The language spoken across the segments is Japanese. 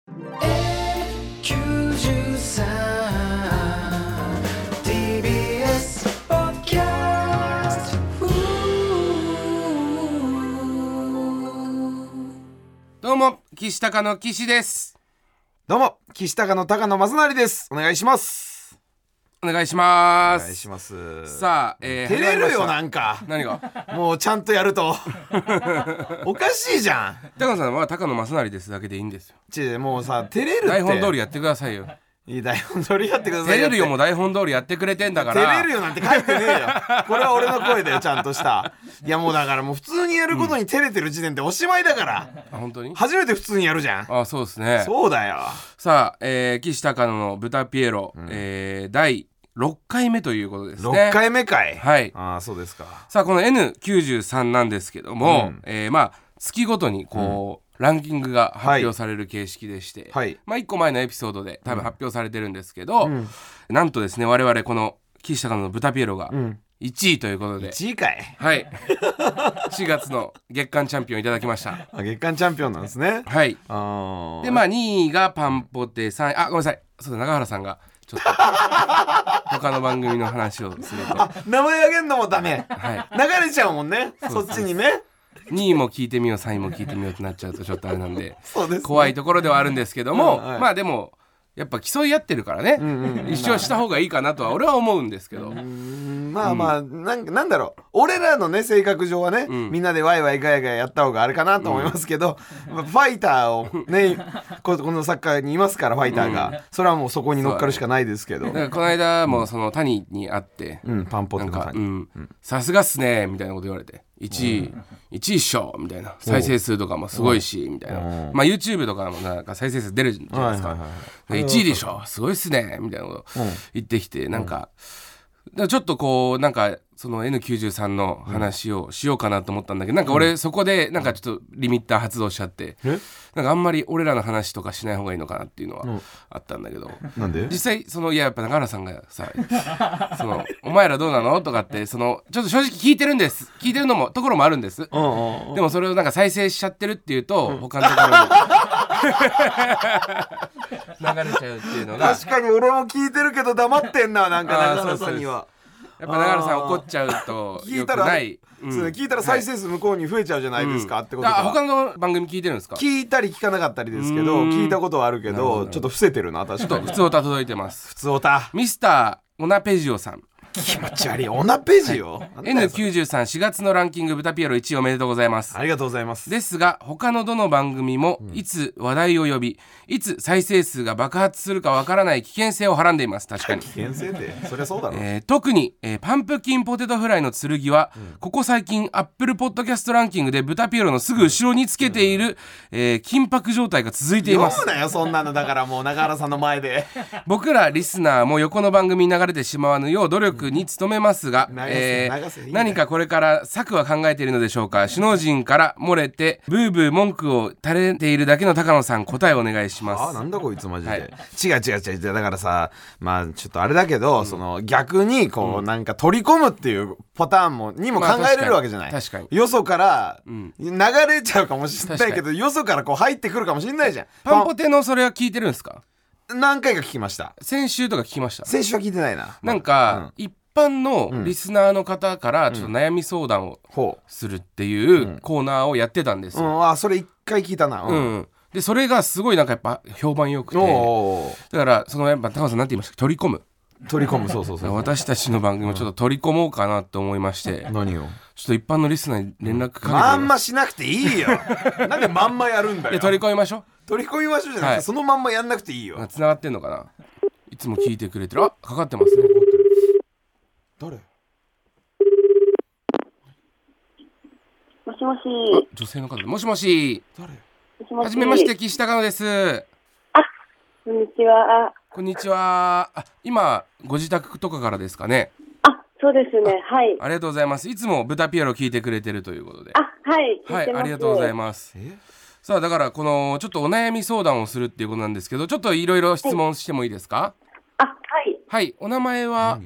TBS ポッドキャスト。 どうも岸高の岸です。 どうも岸高の高野正成です。お願いします。 お願いします。 お願いします。 さあ、 照れるよなんか。 何がもうちゃんとやるとおかしいじゃん。 高野さんは高野正成ですだけでいいんですよ。 もうさ照れるって台本通りやってくださいよ。 いい台本通りやってください。 照れるよもう台本通りやってくれてんだから。 照れるよなんて書いてねえよこれは俺の声だよちゃんとした。いやもうだからもう普通にやることに照れてる時点でおしまいだから、 あ本当に初めて普通にやるじゃん。 あそうですね。 そうだよ。 さあ、岸高野の豚ピエロ、第6回目ということですね。 6回目かい。 はい。 あそうですか。 さあこの N93 なんですけども、まあ月ごとにこう、ランキングが発表される形式でして、 はいまあ1個前のエピソードで多分発表されてるんですけど、なんとですね我々この岸高野の豚ピエロが1位ということで、 1位かい。 はい4月の月間チャンピオンいただきました。 月間チャンピオンなんですね。 はい。 あでまあ2位がパンポテ3位ごめんなさい、そうだ長原さんがちょっと他の番組の話をすると名前あげんのもダメ、 はい流れちゃうもんね。そっちにね。 2位も聞いてみよう3位も聞いてみようってなっちゃうとちょっとあれなんでそうですね、 怖いところではあるんですけども、 はいまあでもやっぱ競い合ってるからね、一緒した方がいいかなとは俺は思うんですけど、 まあまあ、なんだろう、俺らのね性格上はね、みんなでワイワイガヤガヤやった方があれかなと思いますけど、ファイターをねこのサッカーにいますからファイターが、それはもうそこに乗っかるしかないですけど、 だからこの間もその谷に会って、 パンポテトさんにさすがっすねみたいなこと言われて、1位っしょみたいな、再生数とかもすごいしみたいな、まあ YouTube とかもなんか再生数出るじゃないですか、1位でしょすごいっすねみたいなこと言ってきて、なんかちょっとこうなんかその N93 の話をしようかなと思ったんだけど、なんか俺そこでなんかちょっとリミッター発動しちゃって、なんかあんまり俺らの話とかしない方がいいのかなっていうのはあったんだけど、 なんで実際そのやっぱ永原さんがさそのお前らどうなのとかってそのちょっと正直聞いてるのもところもあるんです。でもそれをなんか再生しちゃってるっていうと、他のところに流れちゃうっていうのが確かに俺も聞いてるけど黙ってんな、なんか長原さんには。 やっぱ永原さん怒っちゃうとよくない。 聞いたら再生数向こうに増えちゃうじゃないですか、ってことか。 他の番組聞いてるんですか？ 聞いたり聞かなかったりですけど、聞いたことはあるけどちょっと伏せてるな。確かに普通歌届いてます。 普通歌ミスターオナペジオさん、 気持ち悪いオナペジオ、 N934 月のランキング豚ピエロ1位おめでとうございます。 ありがとうございます。 ですが他のどの番組もいつ話題を呼び、いつ再生数が爆発するかわからない危険性をはらんでいます。確かに危険性ってそりゃそうだろう、 特に、パンプキンポテトフライの剣は、ここ最近アップルポッドキャストランキングで豚ピエロのすぐ後ろにつけている、緊迫状態が続いています。 読むなよそんなの。だからもう永原さんの前で僕らリスナーも横の番組に流れてしまわぬよう努力に努めますが、何かこれから策は考えているのでしょうか。首脳陣から漏れてブーブー文句を垂れているだけの高野さん、答えをお願いします。 なんだこいつマジで、違うだからさ、まあちょっとあれだけど、その逆にこう、なんか取り込むっていうパターンにも考えれるわけじゃない。 確かによそから、流れちゃうかもしれないけど、よそからこう入ってくるかもしれないじゃん。 パンポテのそれは聞いてるんですか？ 何回か聞きました。 先週とか聞きました？ 先週は聞いてないな。 なんか、一般のリスナーの方からちょっと悩み相談をするっていうコーナーをやってたんですよ。 それ一回聞いたな。 でそれがすごいなんかやっぱ評判良くて、だからそのやっぱ高野さんなんて言いました？取り込む、そう私たちの番組もちょっと取り込もうかなと思いまして、 何をちょっと一般のリスナーに連絡かけて、 まんましなくていいよなんでまんまやるんだよ。 取り込みましょうじゃなくて、そのまんまやんなくていいよ。 繋がってんのかな。いつも聞いてくれてる。あ、かかってますね。 誰？ もしもし。 女性の方で、もしもし。 誰？ はじめまして、岸高野です。 こんにちは。 こんにちは。今ご自宅とかからですかね？ そうですね。はい。 ありがとうございます。いつも豚ピエロ聞いてくれてるということで。 はい。 はい、ありがとうございます。さあだからこのちょっとお悩み相談をするっていうことなんですけど、ちょっといろいろ質問してもいいですか？ はい。 はい、お名前は？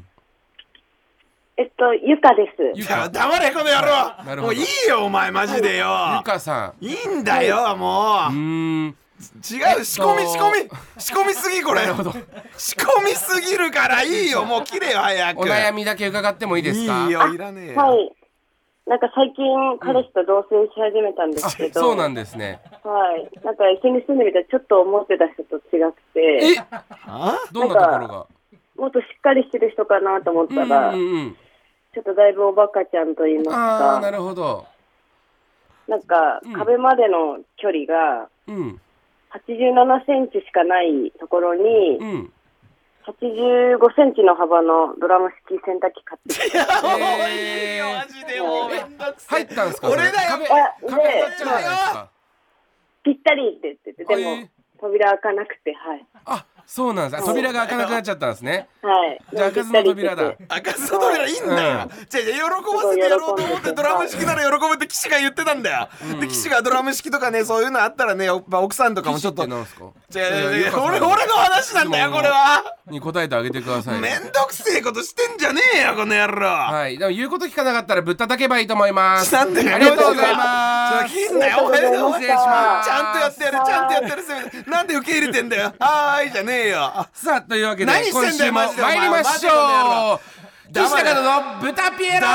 ゆかです。 ゆか。 黙れこの野郎。もういいよお前マジでよ。 ゆかさん。いいんだよもう。 違う、仕込みすぎこれ。 なるほど。 仕込みすぎるからいいよ、もう切れよ早く。 お悩みだけ伺ってもいいですか？ いいよ、いらねえよ。 はい。なんか最近彼氏と同棲し始めたんですけど、 そうなんですね。 はい。なんか一緒に住んでみたらちょっと思ってた人と違くて、 どんなところが？ もっとしっかりしてる人かなと思ったら、ちょっとだいぶおバカちゃんと言いますか。 なるほど。 なんか壁までの距離が87センチしかないところに、85センチの幅のドラム式洗濯機買ってきて。 いいよマジでもうめんどくさい。 入ったんですか？ 俺だよ。 壁当たっちゃうじゃないですか。 ぴったりって言ってて、でも扉開かなくて、はい。 あ、そうなんです。扉が開かなくなっちゃったんですね。 はい。 じゃあ開かずの扉だ。 開かずの扉いいんだよ。じゃあ喜ばせてやろうと思ってドラム式なら喜ぶって岸が言ってたんだよ。で岸がドラム式とかね、そういうのあったらね、奥さんとかもちょっと。 なんすか？ 俺の話なんだよこれは。 に答えてあげてください。 めんどくせえことしてんじゃねえよこの野郎。 はい。でも言うこと聞かなかったらぶったたけばいいと思います。 なんで？ ありがとうございます。 聞いんなよお前。 失礼します。 ちゃんとやってやる、ちゃんとやってやる。なんで受け入れてんだよ。はーいじゃねえよ。 さあというわけで何してんだよ今週も参りましょう。岸高野の豚ピエロ。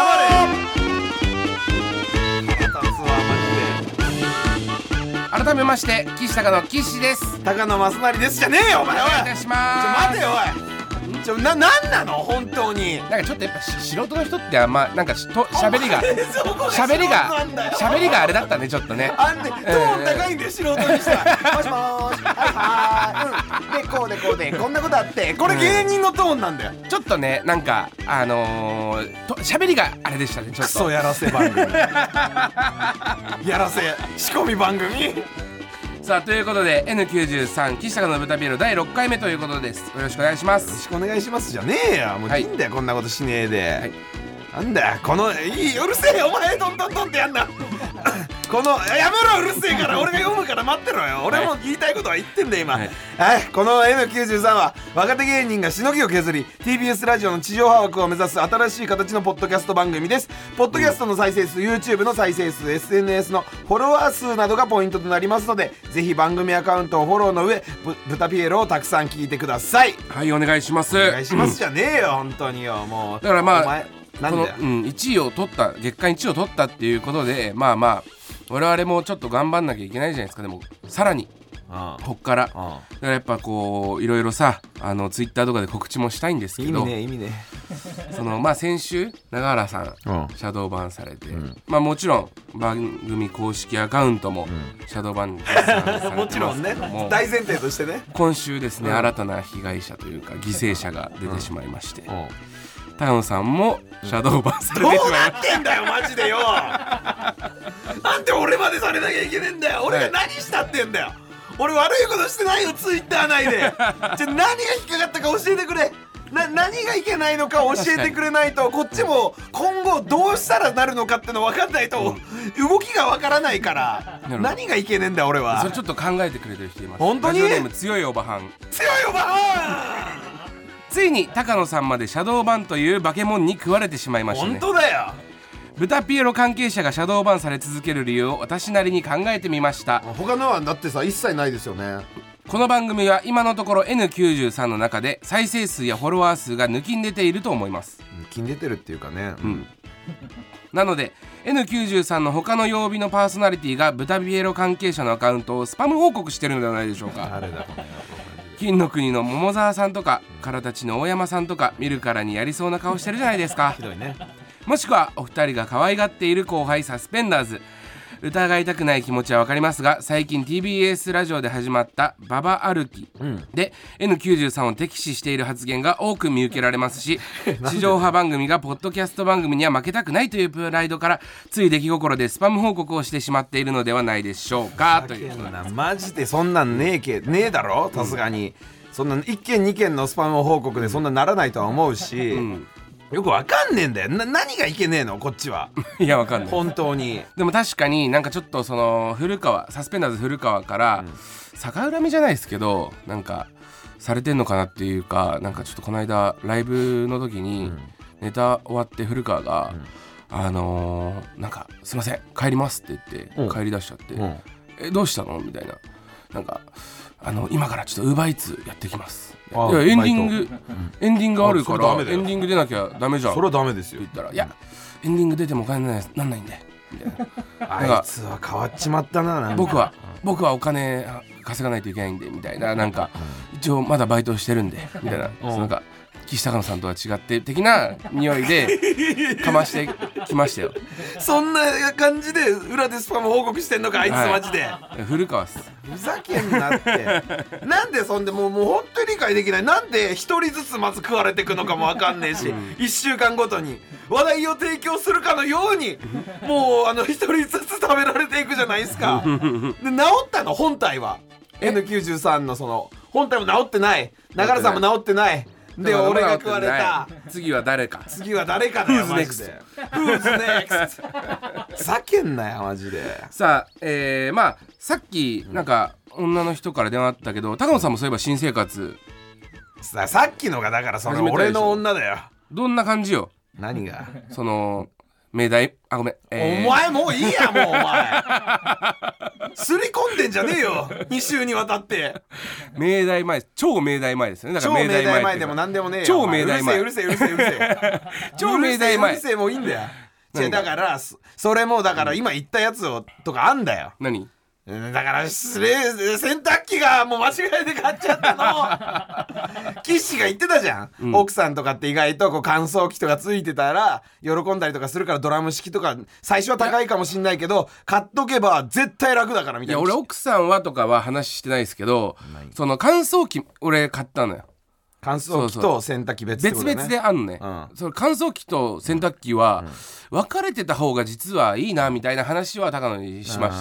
改めまして岸高野岸です。 高野正成ですじゃねえよお前。おいお願いいたします。 待てよおい。なんなの本当に。 なんかちょっとやっぱ素人の人ってあんまなんか喋りがあれだったねちょっとね。 あんねトーン高いんだよ素人にしたら。もしもーしはいでこうでこうでこんなことあってこれ芸人のトーンなんだよ。 ちょっとねなんか喋りがあれでしたねちょっと。 クソやらせ番組やらせ仕込み番組。 さあということで N93 岸高の豚ピエロ第6回目ということです。よろしくお願いします。 よろしくお願いしますじゃねえよ。もういいんだよ、こんなことしねえで、はい、なんだよこのいいうるせえお前トントントンってやんなこのやめろうるせえから俺が読むから待ってろよ。俺も言いたいことは言ってんだよ今。はい、この N93 は若手芸人がしのぎを削り TBS ラジオの地上波枠を目指す新しい形のポッドキャスト番組です。ポッドキャストの再生数、YouTube の再生数、SNS のフォロワー数などがポイントとなりますので、ぜひ番組アカウントをフォローの上豚ピエロをたくさん聞いてください。 はいお願いします。 お願いしますじゃねえよ本当によ。もうだからまあお前なんだよ、 1位を取った月間1位を取ったっていうことでまあ我々もちょっと頑張んなきゃいけないじゃないですか。でもさらにこっからだからやっぱこういろいろさツイッターとかで告知もしたいんですけど、 意味ねその先週永原さんシャドーバンされて、もちろん番組公式アカウントもシャドーバンされてますもちろんね大前提としてね。 今週ですね、新たな被害者というか犠牲者が出てしまいまして、高野さんもシャドーバンされてしまいました。 どうなってんだよマジでよなんで俺までされなきゃいけねえんだよ。俺が何したってんだよ。俺悪いことしてないよツイッター内でじゃあ何が引っかかったか教えてくれ。何がいけないのか教えてくれないとこっちも今後どうしたらなるのかっての分かんないと動きが分からないから何がいけねえんだよ俺は。 それちょっと考えてくれてる人います。 本当にラジオネーム強いおばはん。 強いおばはんついに高野さんまでシャドーバンという化け物に食われてしまいましたね。 本当だよ。 豚ピエロ関係者がシャドーバンされ続ける理由を私なりに考えてみました。 他のはだってさ一切ないですよね。 この番組は今のところ N93 の中で再生数やフォロワー数が抜きん出ていると思います。 抜きん出てるっていうかね、 なので N93 の他の曜日のパーソナリティが豚ピエロ関係者のアカウントをスパム報告してるのではないでしょうか。 誰だこの金の国の桃沢さんとかからたちの大山さんとか見るからにやりそうな顔してるじゃないですか。 ひどいね。 もしくはお二人が可愛がっている後輩サスペンダーズ。疑いたくない気持ちは分かりますが、最近 TBS ラジオで始まったババ歩きで、N93 を敵視している発言が多く見受けられますし地上波番組がポッドキャスト番組には負けたくないというプライドからつい出来心でスパム報告をしてしまっているのではないでしょうかという。 マジでそんなんねえだろさすがに、そんな1件2件のスパム報告でそんなならないとは思うし、よくわかんねえんだよ。何がいけねえのこっちは。 いやわかんない本当に。 でも確かになんかちょっとそのサスペンダーズ古川から逆恨みじゃないですけどなんかされてんのかなっていうか、なんかちょっとこの間ライブの時にネタ終わって古川がなんかすいません帰りますって言って帰り出しちゃって、どうしたのみたいな。 なんか今からちょっとウーバーイーツやってきます。いあやエンディングあるからそれダメだよエンディング出なきゃダメじゃんそれはダメですよって言ったら、いやエンディング出てもお金なんないんでみたいなあいつは変わっちまったな。なんか僕はお金稼がないといけないんでみたいな、なんか一応まだバイトしてるんでみたいな、なんか岸高野さんとは違って的な匂いでかましてきましたよ。 そんな感じで裏でスパム報告してんのかあいつマジで、 古川っす。 ふざけんなってなんでそんでもう本当に理解できない。なんで一人ずつまず食われてくのかもわかんねえし、1週間ごとに話題を提供するかのようにもう一人ずつ食べられていくじゃないですか。で治ったの本体は N93 のその本体も治ってない、長良さんも治ってない。で俺が食われた。 次は誰かだよマジで。Who's next ふざけんなよマジで。 さあまあさっきなんか女の人から電話あったけど、高野さんもそういえば新生活さっきのがだからその俺の女だよ。 どんな感じよ。 何がその命題ごめん、 お前もういいやもうお前すり込んでんじゃねえよ2週にわたって。 命題前、超命題前ですよね。だから超命題前でもなんでもねえよ。 超命題前うるせえ超命題前うるせえもういいんだよ。だからそれもだから今言ったやつをとかあんだよ。 何だから洗濯機がもう間違えて買っちゃったのキッシーが言ってたじゃん、奥さんとかって意外とこう乾燥機とかついてたら喜んだりとかするから、ドラム式とか最初は高いかもしんないけど買っとけば絶対楽だからみたいな。 いや俺奥さんはとかは話してないですけど、その乾燥機俺買ったのよ。 乾燥機と洗濯機別ってことね。 別々であんのね、その乾燥機と洗濯機は分かれてた方が実はいいなみたいな話は高野にしました。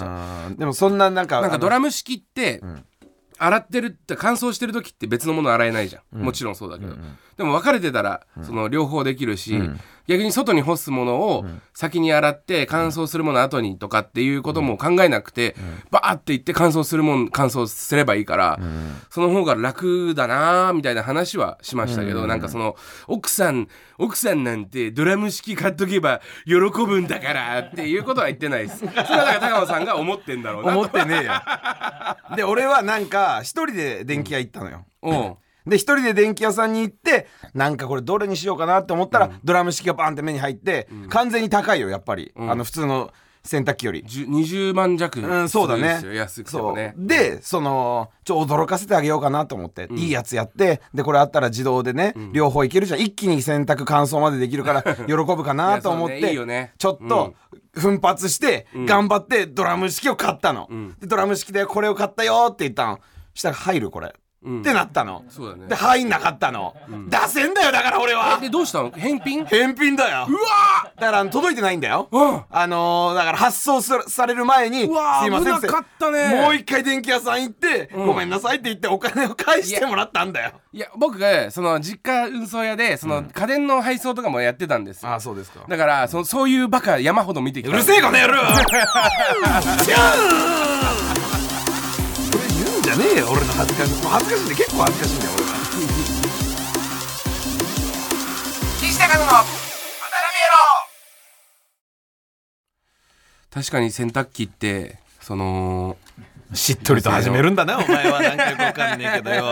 でもそんななんかドラム式って洗ってるって乾燥してる時って別のもの洗えないじゃん、もちろんそうだけど、でも分かれてたらその両方できるし、逆に外に干すものを先に洗って乾燥するもの後にとかっていうことも考えなくて、バーっていって乾燥するもん乾燥すればいいから、その方が楽だなみたいな話はしましたけど、なんかその奥さんなんてドラム式買っとけば喜ぶんだからっていうことは言ってないです。それはだから高野さんが思ってんだろうなと。 思ってねえよで俺はなんか一人で電気屋行ったのよ、で一人で電気屋さんに行ってなんかこれどれにしようかなって思ったら、ドラム式がバンって目に入って、完全に高いよやっぱり、普通の洗濯機より 20万弱するんですよ、 そうだね、 安くてもね。 で驚かせてあげようかなと思って、いいやつやって、でこれあったら自動でね、両方いけるじゃん、一気に洗濯乾燥までできるから喜ぶかなと思っていいよね、 ちょっと奮発して頑張ってドラム式を買ったの、でドラム式でこれを買ったよって言ったの。したら入るこれってなったの。 そうだね。 で入んなかったの、出せんだよだから俺は。 でどうしたの？返品だよ。うわだから届いてないんだよ、だから発送される前にすいません危なかったね。 もう一回電気屋さん行って、ごめんなさいって言ってお金を返してもらったんだよ。 いや僕がその実家運送屋でその家電の配送とかもやってたんですよ。 あ、そうですか。 だからそういうバカ山ほど見てきた。 うるせえこの野郎じゃねえよ俺の恥ずかしい。恥ずかしいんで結構恥ずかしいんだよ俺は。 岸高野の渡辺確かに洗濯機ってしっとりと始めるんだなお前は。なんかよくわかんねえけどよ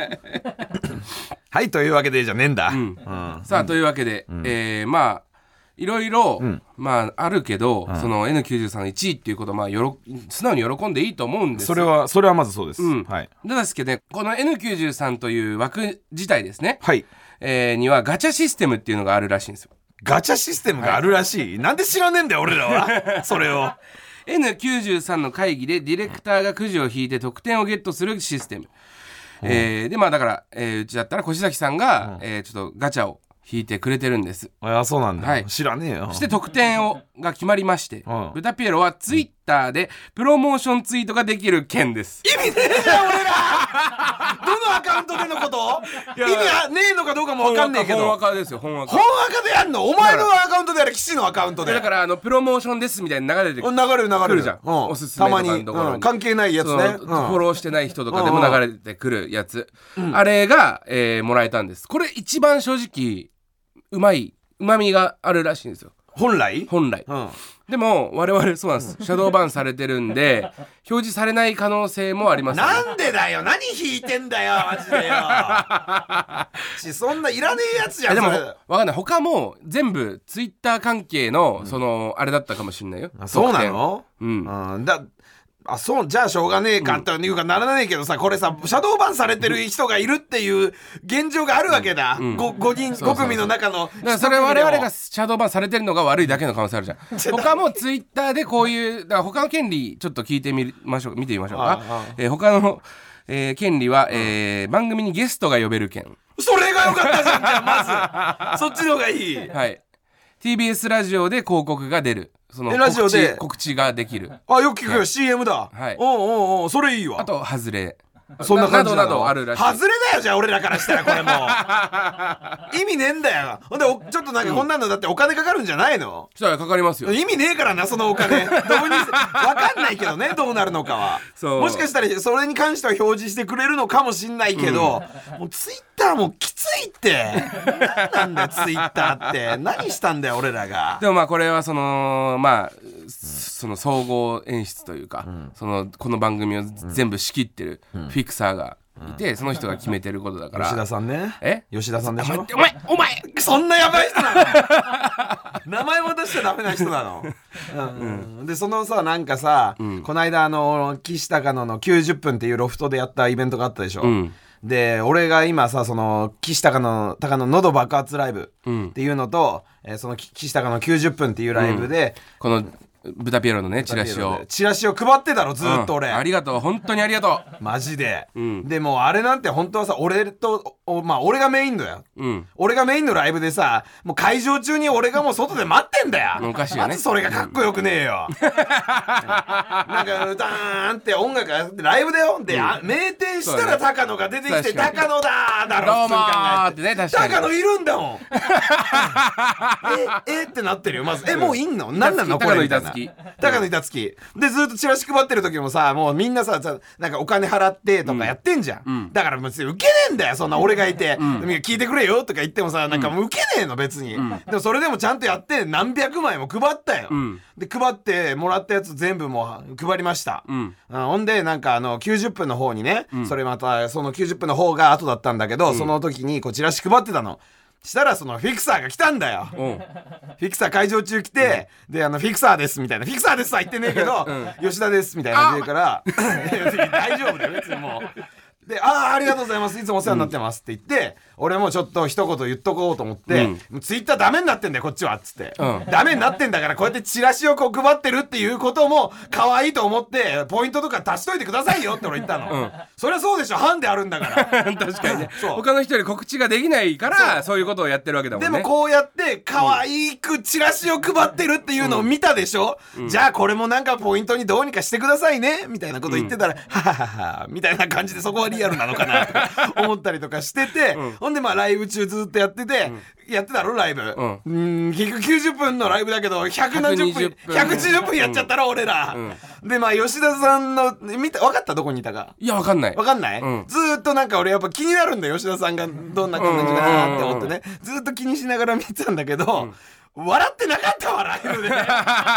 はいというわけでじゃねえんだ、 さあというわけで、まあいろいろ、まああるけど、その N93 の1位っていうことはまあ素直に喜んでいいと思うんです。 それはまずそうです、はい。 ですけどね、この N93 という枠自体ですね、 はい、 にはガチャシステムっていうのがあるらしいんですよ。 ガチャシステムがあるらしい、なんで知らねえんだよ俺らはそれを N93 の会議でディレクターがくじを引いて得点をゲットするシステム、でまあだから、うちだったら越崎さんが、ちょっとガチャを引いてくれてるんです。 あ、そうなんだ、 はい、 知らねえよ。 そして得点が決まりまして、ブタピエロはツイッターでプロモーションツイートができる件です。 意味ねえじゃん俺らどのアカウントでのこと意味はねえのかどうかも分かんねえけど、 本赤ですよ。本赤でやんの？お前のアカウントであれ岸のアカウントで。 だからプロモーションですみたいな流れてくるじゃん、おすすめとかのところに関係ないやつね、 フォローしてない人とかでも流れてくるやつ、あれが、もらえたんです。これ一番正直うまみがあるらしいんですよ。 本来、 でも我々そうなんです、シャドーバンされてるんで表示されない可能性もあります、ね、 なんでだよ、何引いてんだよマジでよそんないらねえやつじゃん。 でもわかんない、他も全部ツイッター関係のそのあれだったかもしれないよ。 そうなの？じゃあしょうがねえかというかならないけどさ、これさシャドーバンされてる人がいるっていう現状があるわけだ、5組の中の。 だからそれ我々がシャドーバンされてるのが悪いだけの可能性あるじゃん。他もツイッターでこういうだから他の権利ちょっと聞いてみましょう、見てみましょうか。他の、権利は、番組にゲストが呼べる権。 それがよかったじゃん。じゃあまずそっちの方がいい。 はい、TBS ラジオで広告が出る、そのラジオで告知ができる。 あ、よく聞くよ、CM だ。 はい、 おうそれいいわ。 あと外れ、 そんな感じなどあるらしい。 外れだよ、じゃあ俺らからしたらこれも意味ねえんだよ。ほんでちょっとなんかこんなのだってお金かかるんじゃないの？ そしたらかかりますよ。 意味ねえからな、そのお金どうに分かんないけどね、どうなるのかは。もしかしたらそれに関しては表示してくれるのかもしんないけど、もうツイッターもきついって。何なんだよツイッターって。何したんだよ俺らが。 でもまあこれはそのその総合演出というか、この番組を全部仕切ってるフィクサーがいて、その人が決めてることだから。 吉田さんね。吉田さんでしょ。お前そんなヤバい人なの？名前も出しちゃダメな人なの。でそのさ、なんかさ、この間岸高野の90分っていうロフトでやったイベントがあったでしょ。で俺が今さ、その岸高野喉爆発ライブっていうのと、その岸高野90分っていうライブで、 この豚ピエロのねチラシを配ってたろずっと俺、 ありがとう、本当にありがとうマジで、でもあれなんて本当はさ、俺がメインだよ、俺がメインのライブでさ、もう会場中に俺がもう外で待ってんだよ。 おかしいよね。 まずそれがかっこよくねえよなんかダーンって音楽やってライブだよ。で、名店したら高野が出てきて、高野だーだろ、 どうもーってね、確かに高野いるんだもんってなってるよまず。もういんの？何なのこれみたいな。高野板付きでずっとチラシ配ってる時もさ、もうみんなさなんかお金払ってとかやってんじゃん、だから別にウケねえんだよ、そんな俺がいて、聞いてくれよとか言ってもさ、なんかもうウケねえの別に、でもそれでもちゃんとやって何百枚も配ったよ、で配ってもらったやつ全部もう配りました、ほんでなんか90分の方にね、それまたその90分の方が後だったんだけど、その時にこうチラシ配ってたの。したらそのフィクサーが来たんだよ、フィクサー会場中来て、でフィクサーですみたいな、フィクサーですは言ってねえけど、吉田ですみたいな感じでから大丈夫だよ別にもう。で、ありがとうございます、いつもお世話になってますって言って、俺もちょっと一言言っとこうと思って、ツイッターダメになってんだよこっちはっつって、ダメになってんだからこうやってチラシをこう配ってるっていうことも可愛いと思ってポイントとか足しといてくださいよって俺言ったの、そりゃそうでしょ、ハンデあるんだから確かにね他の人より告知ができないからそういうことをやってるわけだもんね。 でもこうやって可愛くチラシを配ってるっていうのを見たでしょ、じゃあこれもなんかポイントにどうにかしてくださいねみたいなこと言ってたら、ははははみたいな感じで、そこはリアルなのかなとか思ったりとかしてて、ほんでまあライブ中ずっとやってて、やってたろライブ、結局90分のライブだけど120分やっちゃったろ俺ら、でまあ吉田さんの分かったどこにいたか？ いや分かんない、 ずーっとなんか俺やっぱ気になるんだよ、吉田さんがどんな感じかなって思ってね、ずーっと気にしながら見てたんだけど、笑ってなかったわライブでだ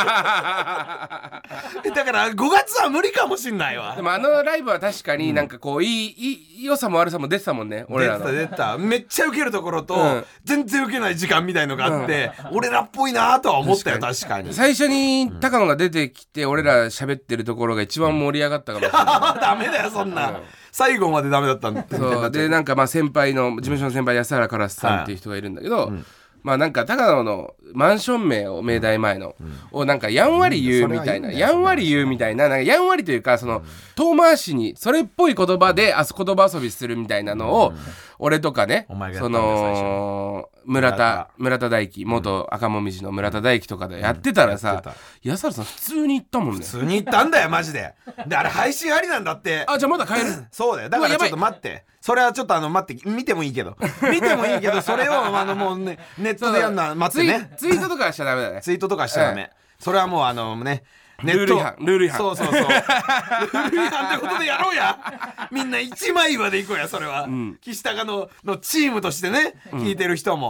から5月は無理かもしんないわ。 でもライブは確かになんかこういい良さも悪さも出てたもんね、俺らの。 出ためっちゃウケるところと、全然ウケない時間みたいのがあって、俺らっぽいなとは思ったよ。確かに最初に高野が出てきて俺ら喋ってるところが一番盛り上がったかもしれないダメだよそんな、最後までダメだったんだ。 そうで、なんかまあ先輩の事務所の先輩安原カラスさんっていう人がいるんだけど、まあなんか高野のマンション名を明大前の、をなんかやんわり言うみたいな、やんわり言うみたいな、なんかやんわりというかその遠回しにそれっぽい言葉で言葉遊びするみたいなのを、俺とかね、その村田大樹、元赤もみじの村田大樹とかでやってたらさ、安原さん普通に言ったもんね。 普通に言ったんだよマジで。であれ配信ありなんだって。 じゃあまだ帰るそうだよ。だからちょっと待って、それはちょっと待って見てもいいけどそれをもうねネットでやんな待ってね。 ツイートとかしちゃダメだね。 ツイートとかしちゃダメ、それはもうねルール違反そうルール違反ってことでやろうやみんな一枚岩でいこうやそれは、岸高のチームとしてね、聞いてる人も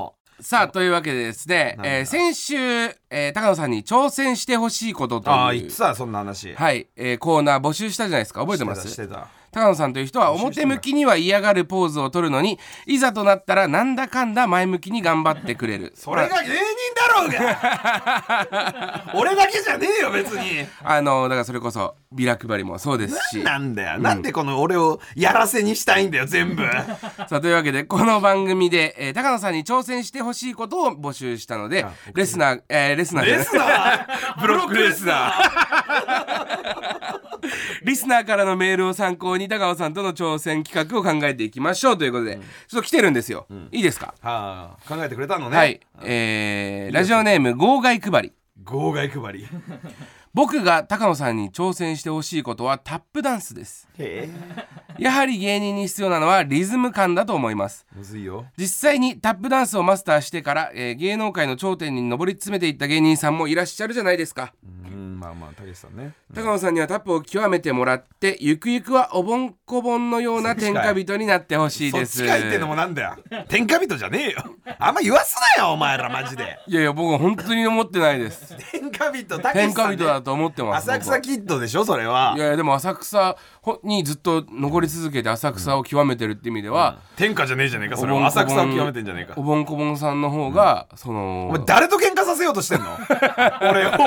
さあというわけでですね、先週、高野さんに挑戦してほしいことというああ言ってたそんな話。 はい、コーナー募集したじゃないですか。覚えてます？ してた。 高野さんという人は表向きには嫌がるポーズを取るのに、いざとなったらなんだかんだ前向きに頑張ってくれる。 それが芸人だろうが俺だけじゃねえよ別に。 だからそれこそビラ配りもそうですし、 なんだよ、なんでこの俺をやらせにしたいんだよ全部さあというわけでこの番組で、高野さんに挑戦してほしいことを募集したので、レスナーブロックレスナーリスナーからのメールを参考に高野さんとの挑戦企画を考えていきましょうということで、ちょっと来てるんですよ、いいですか？ はあ、考えてくれたのね。 はい、ラジオネーム号外配り。 号外配り僕が高野さんに挑戦してほしいことはタップダンスです。やはり芸人に必要なのはリズム感だと思います。 むずいよ。 実際にタップダンスをマスターしてから、芸能界の頂点に上り詰めていった芸人さんもいらっしゃるじゃないですか。 まあまあたけしさんね。 高野さんにはタップを極めてもらって、ゆくゆくはおぼんこぼんのような天下人になってほしいです。 そっちかいってのもなんだよ。天下人じゃねえよ。あんま言わすなよお前らマジで。 いやいや僕は本当に思ってないです。 天下人たけしさん、ね、 天下人だと思ってます。 浅草キッドでしょそれは。 いやいやでも浅草にずっと残り続けて浅草を極めてるって意味では、 天下じゃねえじゃねえか。それは浅草を極めてんじゃねえか。 おぼんこぼんさんの方が、そのお前誰と喧嘩させようとしてんの俺を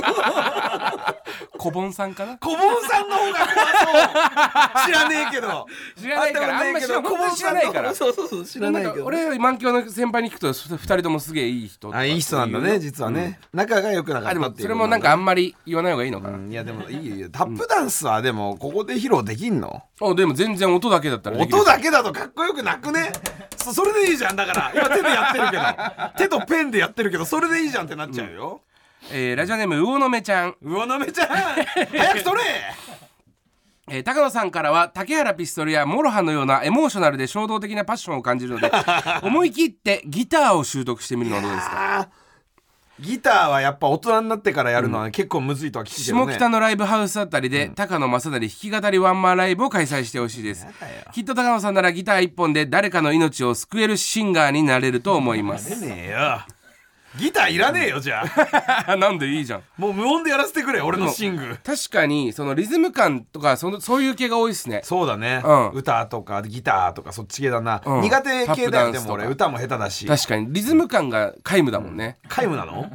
こぼんさんかな。 こぼんさんの方が怖そう。知らねえけど。 知らないからあんま知らないから。 そう知らないけど。 俺満響の先輩に聞くと2人ともすげえいい人。 いい人なんだね実はね。仲が良くなかったっていう。 でもそれもなんかあんまり言わない方がいいのかな。 いやでもいいよ。タップダンスはでもここで披露できんの？ でも全然音だけだったらできる。 音だけだとかっこよくなくね？それでいいじゃん。だから今手でやってるけど手とペンでやってるけどそれでいいじゃんってなっちゃうよ。 ラジオネーム魚の目ちゃん。 魚の目ちゃん早く取れ。 高野さんからは竹原ピストルやモロハのようなエモーショナルで衝動的なパッションを感じるので思い切ってギターを習得してみるのはどうですか？ ギターはやっぱ大人になってからやるのは結構むずいとは聞いてるね。 下北のライブハウスあたりで、高野正成弾き語りワンマンライブを開催してほしいです。きっと高野さんならギター一本で誰かの命を救えるシンガーになれると思います。 なれねえよ。ギターいらねえよじゃあなんでいいじゃん。 もう無音でやらせてくれ俺のシング。 確かにそのリズム感とかそういう系が多いですね。 そうだね、歌とかギターとかそっち系だな、苦手系だよ。でも俺歌も下手だし。 確かにリズム感が皆無だもんね。 皆無なの？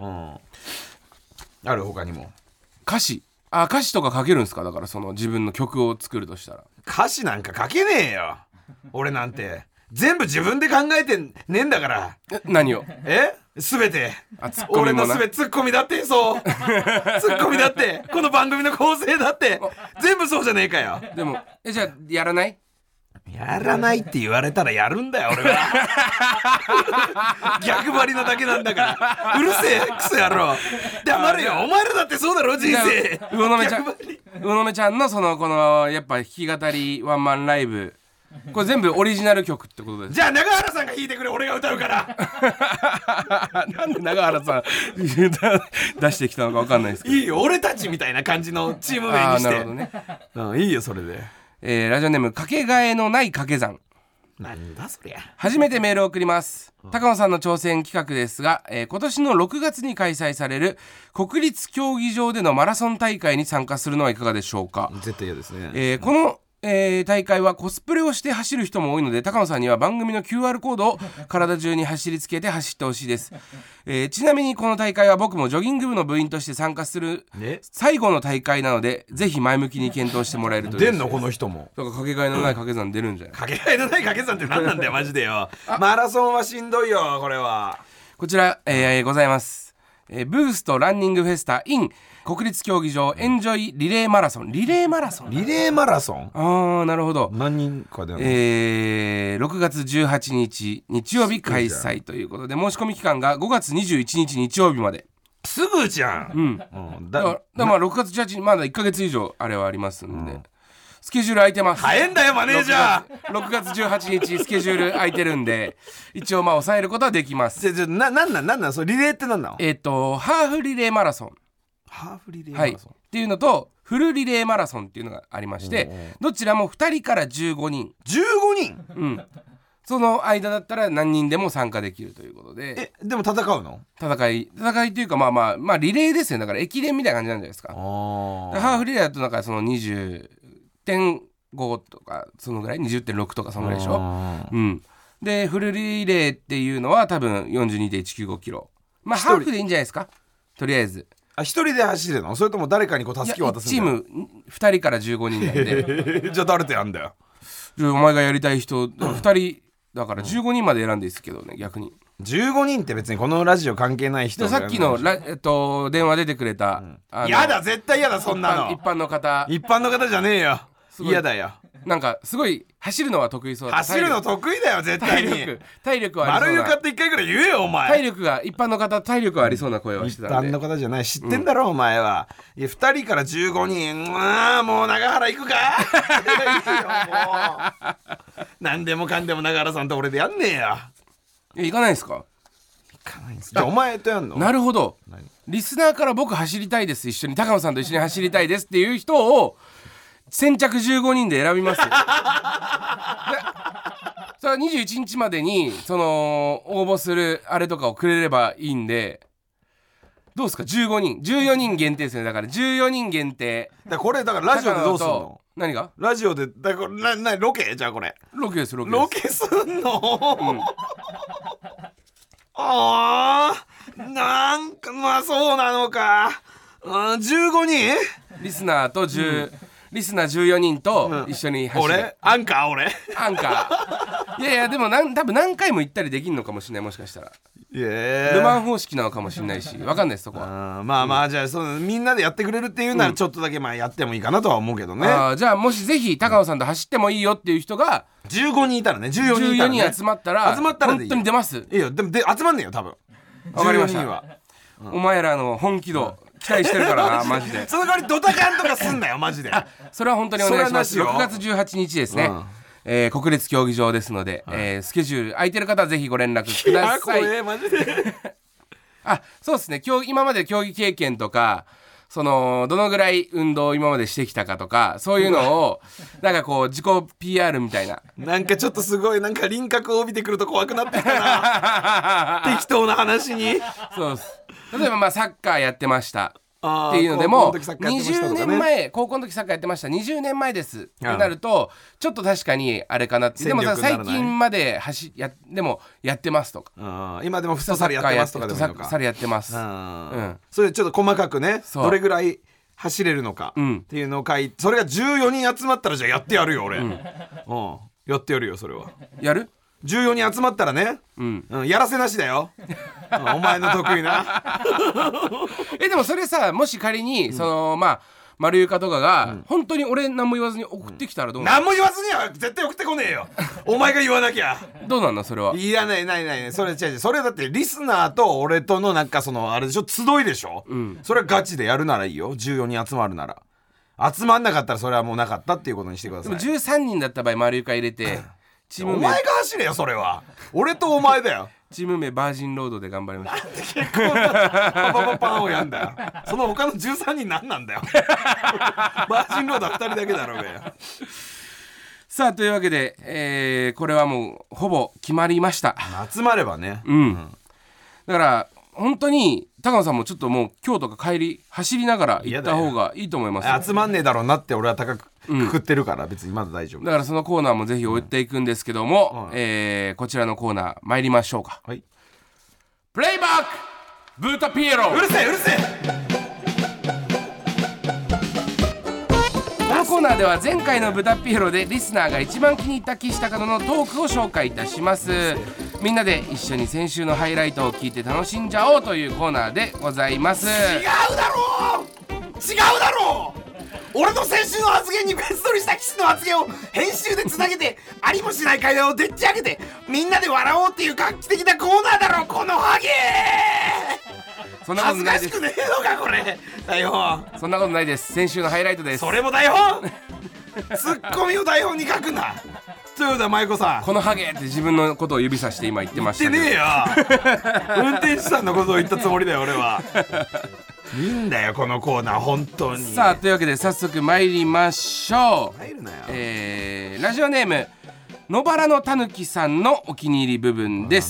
ある他にも歌詞とか書けるんですか？だからその自分の曲を作るとしたら歌詞なんか書けねえよ俺なんて。全部自分で考えてねえんだから。 何を？ 全て俺の全てツッコミだって。そうツッコミだってこの番組の構成だって全部そうじゃねえかよ。 でもじゃあやらない？ やらないって言われたらやるんだよ俺は。逆張りなだけなんだから。うるせえクソ野郎黙れよ。お前らだってそうだろ人生。 魚の目ちゃんのそのこのやっぱ弾き語りワンマンライブこれ全部オリジナル曲ってことです。 じゃあ永原さんが弾いてくれ俺が歌うから。 なんで永原さん出してきたのか分かんないですけど。 いいよ俺たちみたいな感じのチーム名にして。なるほどね。いいよそれで。 ラジオネームかけがえのない掛け算。 なんだそりゃ。 初めてメールを送ります。高野さんの挑戦企画ですが、今年の6月に開催される国立競技場でのマラソン大会に参加するのはいかがでしょうか？ 絶対嫌ですね。 この大会はコスプレをして走る人も多いので、高野さんには番組の QR コードを体中に走りつけて走ってほしいです。ちなみにこの大会は僕もジョギング部の部員として参加する最後の大会なので、ぜひ前向きに検討してもらえるといいです。 出んのこの人も。 だからかけがえのない掛け算出るんじゃない？ かけがえのない掛け算って何なんだよマジでよ。マラソンはしんどいよこれは。こちら、ございます。ブーストランニングフェスタ in 国立競技場エンジョイリレーマラソン。リレーマラソンなるほど。 何人かで 6月18日日曜日開催ということで、申し込み期間が5月21日日曜日まで。 すぐじゃん。 だからまあ6月18日まだ1ヶ月以上あれはありますんで、スケジュール空いてます。 早いんだよマネージャー。 6月18日スケジュール空いてるんで一応まあ抑えることはできます。 なんなんそれリレーってなんなの？ ハーフリレーマラソン。 ハーフリレーマラソン、 っていうのとフルリレーマラソンっていうのがありまして、どちらも2人から15人。 15人？ その間だったら何人でも参加できるということで。 でも戦うの？ 戦いというかまあリレーですよね。だから駅伝みたいな感じなんじゃないですか。ハーフリレーだとなんかその 20.5 とかそのぐらい 20.6 とかそのぐらいでしょ。うん。でフルリレーっていうのは多分 42.195 キロ。まあハーフでいいんじゃないですか、とりあえず。 一人で走るの？それとも誰かにこう助けを渡すんだよ？ チーム2人から15人なんでじゃあ誰とやんだよ？ お前がやりたい人2人だから15人まで選んでいいですけどね、逆に。 15人って別にこのラジオ関係ない人さっきの電話出てくれた、 やだ、絶対やだ、そんなの。 一般の方じゃねえよ。嫌だよ。 なんかすごい走るのは得意そうだ。 走るの得意だよ、絶対に。 体力はありそうな。 丸床って1回ぐらい言えよ、お前。 体力が、一般の方体力はありそうな声をしてたんで。 一般の方じゃない、知ってんだろ、お前は。いや、2人から15人、もう永原行くか。いいよ、もう。何でもかんでも永原さんと俺でやんねえよ。 行かないですか？ 行かないんです。じゃあお前とやんの？ なるほど。リスナーから僕走りたいです、一緒に高野さんと一緒に走りたいですっていう人を先着15人で選びますよ。それは21日までにその応募するあれとかをくれればいいんで、どうですか？15人14人限定ですね。だから14人限定これだからラジオでどうすんの？ 何がラジオでだからロケ？じゃあこれロケです。ロケすんの？ああ、なんかまあそうなのか。15人リスナーとリスナー14人と一緒に走る、 俺アンカーいやでも多分何回も行ったりできるのかもしれない。もしかしたらルマン方式なのかもしれないし、分かんないです、そこは。 まあじゃあみんなでやってくれるっていうならちょっとだけまあやってもいいかなとは思うけどね。 じゃあもしぜひ高野さんと走ってもいいよっていう人が 15人いたらね、14人集まったら本当に出ます。 いいよ。でも集まんねえよ多分。 わかりました。 14人はお前らの本気度期待してるからな、マジで。 その代わりドタカンとかすんなよ、マジで。 それは本当にお願いします。6月18日ですね、国立競技場ですので、スケジュール空いてる方はぜひご連絡ください。 いや、マジで。 そうですね。今まで競技経験とか、そのどのぐらい運動を今までしてきたかとか、そういうのをなんかこう自己 PR みたいな。 なんかちょっとすごいなんか輪郭を帯びてくると怖くなってきたな。適当な話に。 そうです。例えばまあサッカーやってましたっていうのでも、20年前高校の時サッカーやってました、20年前ですってなるとちょっと確かにあれかなって。でもさ、最近まででもやってますとか、 今でもフットサルやってますとかでもいいのか。 フットサルやってます。 それちょっと細かくね、どれぐらい走れるのかっていうのを書いて、それが14人集まったらじゃあやってやるよ俺。やってやるよ、それは。やる？14人集まったらね、やらせなしだよ。お前の得意な。 でもそれさ、もし仮にそのまあ丸床とかが本当に俺何も言わずに送ってきたらどうなの？ 何も言わずには絶対送ってこねえよ。お前が言わなきゃ。 どうなんのそれは？いや、ないそれ違う。それだってリスナーと俺とのなんかそのあれでしょ、集いでしょ。それはガチでやるならいいよ。14人集まるなら。集まんなかったらそれはもうなかったっていうことにしてください。 でも13人だった場合丸床入れてチーム名、お前が走れよ、それは。俺とお前だよ。 チーム名バージンロードで頑張りました。 結構パパパパンをやんだよ。その他の13人何なんだよ。バージンロードは2人だけだろうが。 さあというわけで、これはもうほぼ決まりました。 集まればね。 だから本当に高野さんもちょっともう今日とか帰り走りながら行った方がいいと思います。 集まんねえだろうなって俺は高くくくってるから、別にまだ大丈夫だから。そのコーナーもぜひ追っていくんですけども、こちらのコーナー参りましょうか。プレイバックブータピエロ。 うるせえこのコーナーでは前回のブタピエロでリスナーが一番気に入った岸高野のトークを紹介いたします。みんなで一緒に先週のハイライトを聞いて楽しんじゃおうというコーナーでございます。 違うだろう。俺の先週の発言に別撮りした岸の発言を編集でつなげてありもしない会話をでっち上げてみんなで笑おうっていう画期的なコーナーだろ、このハゲ。 そんなことないです。 恥ずかしくねえのかこれ。台本。 そんなことないです。先週のハイライトです。 それも台本。ツッコミを台本に書くな。豊田舞子さん、 このハゲって自分のことを指さして今言ってましたけど。 言ってねえよ。運転手さんのことを言ったつもりだよ俺は。いいんだよこのコーナー本当に。 さあというわけで早速参りましょう。 入るなよ。 ラジオネーム野原のたぬきさんのお気に入り部分です。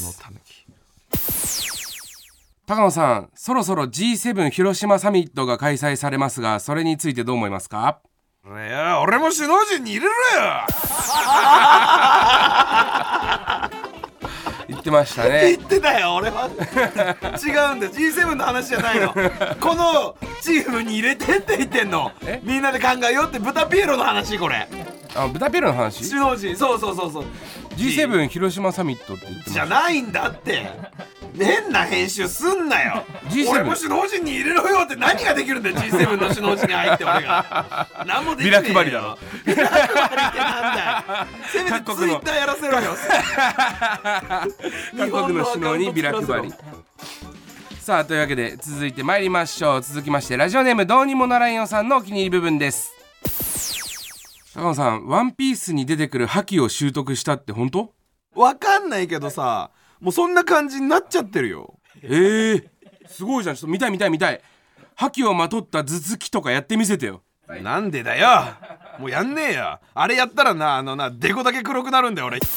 高野さん、そろそろ G7 広島サミットが開催されますが、それについてどう思いますか？ いや、俺も首脳陣に入れろよ言ってましたね。 言ってたよ、俺は違うんだよ、 G7 の話じゃないのこのチームに入れてって言ってんの。みんなで考えようって、ブタピエロの話。これブタピエロの話。 首脳陣、そう G7 広島サミットって言ってました。 じゃないんだって、変な編集すんなよ。 G7 俺も首脳陣に入れろよって。何ができるんだよ G7 の首脳陣に入って俺が何もできねえよ。 ビラ配りだろ。 ビラ配りってなんだよ。せめてツイッターやらせろよ各国の首脳にビラ配り。さあ、というわけで続いて参りましょう。続きまして、ラジオネームどうにもならんよさんのお気に入り部分です。高野さん、ワンピースに出てくる覇気を習得したって本当？ わかんないけどさ、もうそんな感じになっちゃってるよ。 すごいじゃん。ちょっと見たい。覇気をまとった頭突きとかやってみせてよ。 なんでだよ、もうやんねえよ。あれやったらな、デコだけ黒くなるんだよ俺確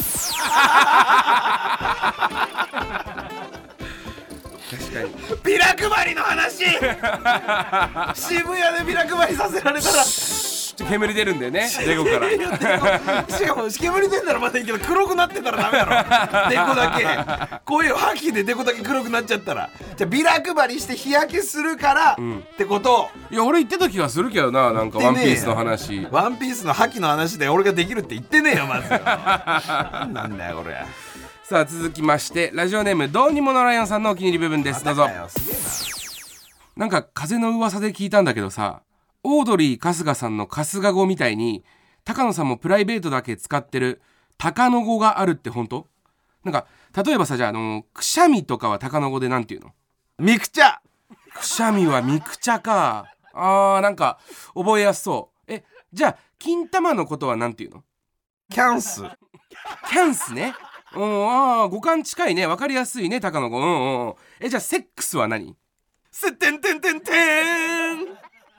かに。 ビラ配りの話渋谷でビラ配りさせられたら煙出るんだよね、デコからしかも煙出んならまだいいけど、黒くなってたらダメだろデコだけ。こういう覇気でデコだけ黒くなっちゃったら、じゃあビラ配りして日焼けするから、ってこと。 いや、俺言ってた気がするけどな。なんかワンピースの話、 ワンピースの覇気の話で俺ができるって言ってねえよまずなんだよこれ。 さあ、続きまして、ラジオネームどうにもならんよさんのお気に入り部分です。どうぞ。なんか風の噂で聞いたんだけどさ、オードリー春日さんの春日語みたいに高野さんもプライベートだけ使ってる高野語があるって本当？なんか例えばさ、じゃあくしゃみとかは高野語でなんていうの？ ミクチャ。 くしゃみはミクチャか。なんか覚えやすそう。じゃあ金玉のことはなんていうの？ キャンス。 キャンスね。五感近いね。わかりやすいね、高野語。じゃあセックスは何？ せってんてんてんてん。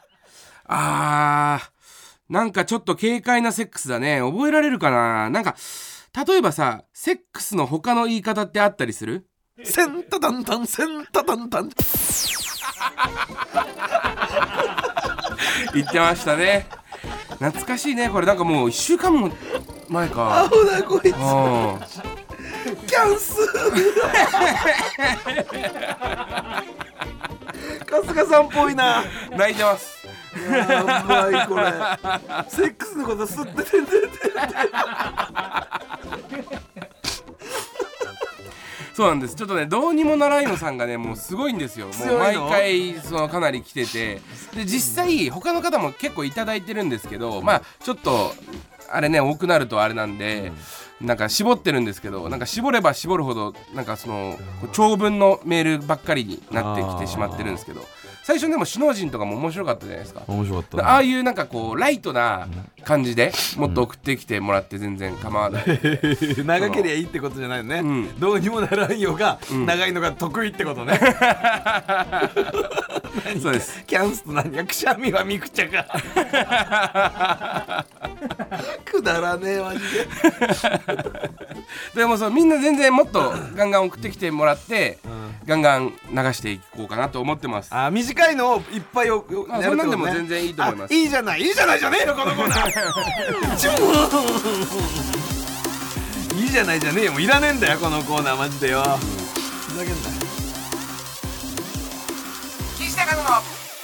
なんかちょっと軽快なセックスだね。覚えられるかな。なんか例えばさ、セックスの他の言い方ってあったりする？ センタタンタンセンタタンタン言ってましたね。懐かしいね。これなんかもう1週間も前か。 アホだこいつ。キャンス春日さんっぽいな。 泣いてます。 やばいこれ。セックスのことすっててんてんてん。 そうなんです。ちょっとね、どうにもならんよさんがね、もうすごいんですよ。もう毎回かなり来てて、で実際他の方も結構いただいてるんですけど、まあちょっとあれね、多くなるとあれなんで、なんか絞ってるんですけど、なんか絞れば絞るほどなんか長文のメールばっかりになってきてしまってるんですけど、最初でも首脳陣とかも面白かったじゃないですか。 面白かった、ね、 ああいうなんかこうライトな感じでもっと送ってきてもらって全然構わない、 長ければいいってことじゃないのね、どうにもならんよが長いのが得意ってことね、 そうです。 キャンスと何がくしゃみはミクチャかくだらねえマジででもみんな全然もっとガンガン送ってきてもらって、ガンガン流していこうかなと思ってます。 短いのをいっぱいやるってことね。 そんなんでも全然いいと思います。 いいじゃない、いいじゃないじゃねえよこのコーナーいいじゃないじゃねえよ、もういらねえんだよこのコーナーマジでよ。ふざけんな。 岸高野の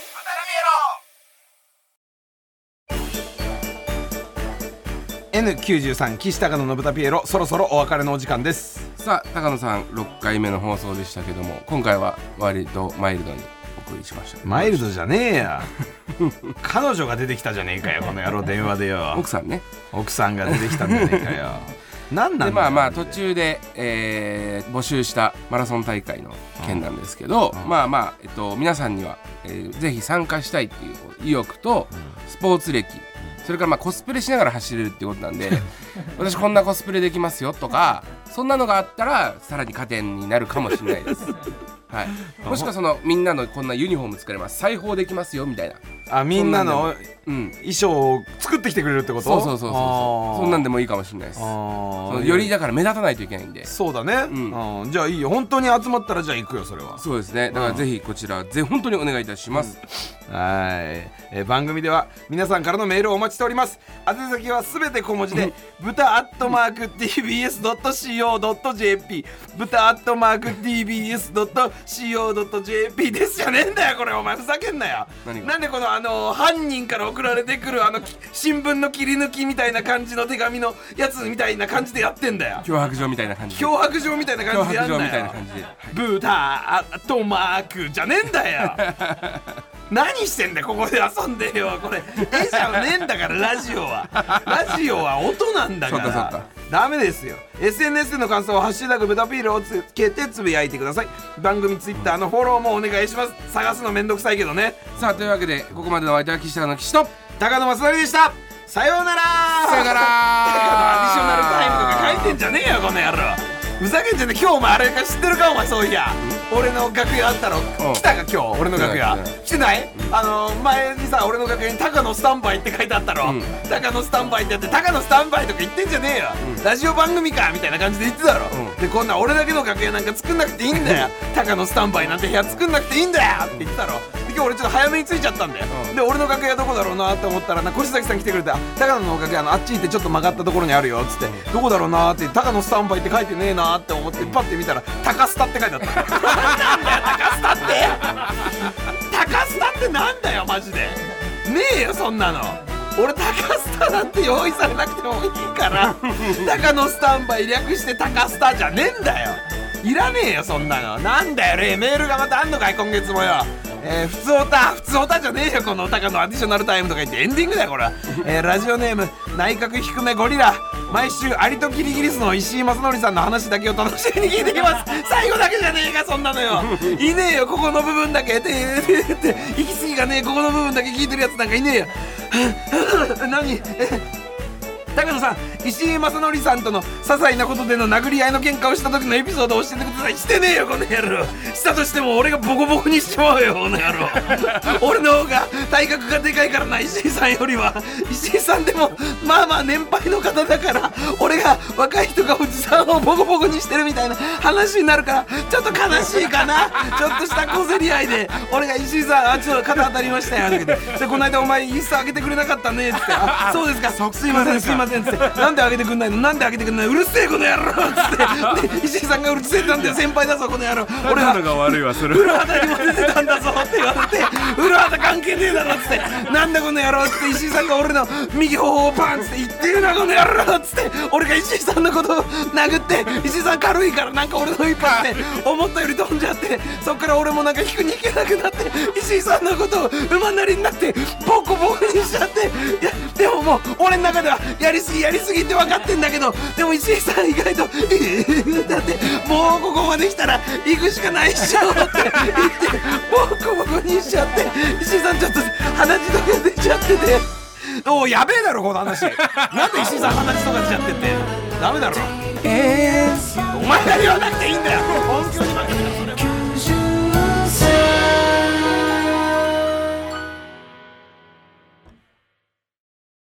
N93 岸高野のブタピエロ、そろそろお別れのお時間です。 さあ高野さん、6回目の放送でしたけども、今回は割とマイルドにお送りしました。 マイルドじゃねえや彼女が出てきたじゃねえかよこの野郎、電話でよ。 奥さんね、 奥さんが出てきたんじゃねえかよなんなんだよ。 で途中で、募集したマラソン大会の件なんですけど、皆さんには、ぜひ参加したいっていう意欲と、スポーツ歴、それからコスプレしながら走れるってことなんで私こんなコスプレできますよとか、そんなのがあったらさらに加点になるかもしれないですはい、もしくはそのみんなのこんなユニフォーム作れます、裁縫できますよみたいな、 あ、みんなの衣装を作ってきてくれるってこと？ そうそんなんでもいいかもしれないです。よりだから目立たないといけないんで。 そうだね、じゃあいいよ、本当に集まったらじゃあ行くよ、それは。 そうですね、だからぜひこちら本当にお願いいたします。 はい、番組では皆さんからのメールをお待ちしております。宛先はすべて小文字で豚@tbs.co.jp 豚@tbs.co.jp ですじゃねえんだよ、これお前ふざけんなよ。なんでこの犯人から送られてくる新聞の切り抜きみたいな感じの手紙のやつみたいな感じでやってんだよ。 脅迫状みたいな感じで、 脅迫状みたいな感じでやんなよ。豚じゃねえんだよ何してんだよ、ここで遊んでよ。これ絵じゃねえんだから、ラジオは音なんだから。 そうかダメですよ。 SNS での感想はハッシュタグブタピールをつけてつぶやいてください。番組ツイッターのフォローもお願いします。探すのめんどくさいけどね。 さあ、というわけでここまでのお相手は岸田の岸と高野正成でした。さようなら。 さようなら。 高野アディショナルタイムとか書いてんじゃねえよ、この野郎。ふざけんじゃねえ。今日お前あれか知ってるか、お前。そういや俺の楽屋あったろ。来たか今日俺の楽屋。来てない？前にさ、俺の楽屋に高野スタンバイって書いてあったろ。高野スタンバイってやって、高野スタンバイとか言ってんじゃねえよ。ラジオ番組かみたいな感じで言ってたろ。で、こんな俺だけの楽屋なんか作んなくていいんだよ。高野スタンバイなんて部屋作んなくていいんだよって言ってたろ。で、今日俺ちょっと早めに着いちゃったんだよ。で、俺の楽屋どこだろうなって思ったら越崎さん来てくれた。高野の楽屋あっち行ってちょっと曲がったところにあるよっつって、どこだろうなって、高野スタンバイって書いてねえなって思ってパッて見たら高スタって書いてあった。なんだよ高スタって。高スタってなんだよマジで。ねえよそんなの。俺高スタなんて用意されなくてもいいから高野スタンバイ略して高スタじゃねえんだよ。いらねえよそんなの。なんだよメールがまたあんのかい今月もよ。普通オタじゃねえよ、この高野アディショナルタイムとか言ってエンディングだよこれは。ラジオネーム内角低めゴリラ。毎週アリとキリギリスの石井正則さんの話だけを楽しみに聞いています。最後だけじゃねえかそんなのよ。いねえよここの部分だけって息継ぎがねえ、ここの部分だけ聞いてるやつなんかいねえよ。何高野さん、石井正則さんとの些細なことでの殴り合いの喧嘩をした時のエピソードを教えてください。してねえよこの野郎。したとしても俺がボコボコにしちまうよこの野郎。俺の方が体格がでかいからな、石井さんよりは。石井さんでもまあまあ年配の方だから、俺が若い人がおじさんをボコボコにしてるみたいな話になるからちょっと悲しいかな。ちょっとした小競り合いで俺が石井さんちょっと肩当たりましたよで、この間お前インスタ上げてくれなかったねっつって、あ、そうですか、すいませんすいませんっつって、なんで上げてくんないの、なんで上げてくんないの、うるせえこの野郎っつって、で石井さんがうるせえなんだよ、先輩だぞこの野郎、俺はのが悪いわそれ。 古畑にも出てたんだぞって言われて、古畑関係ねえだろっつって、なんだこの野郎っつって、石井さんが俺の右頬をパンっつって、言ってるなこの野郎っつって、俺が石井さんのことを殴って、石井さん軽いからなんか俺の一発で思ったより飛んじゃって、そっから俺もなんか引くに行けなくなって、石井さんのことを馬なりになってボコボコにしちゃって、いやでももう俺の中ではやりすぎって分かってんだけど、でも石井さん意外とだってもうここまで来たら行くしかないっしょって言ってボコボコにしちゃって、石井さんちょっと鼻血とか出ちゃってて、おいやべえだろこの話。なんで石井さん鼻血とか出ちゃってってダメだろ。お前が言わなくていいんだよ。本気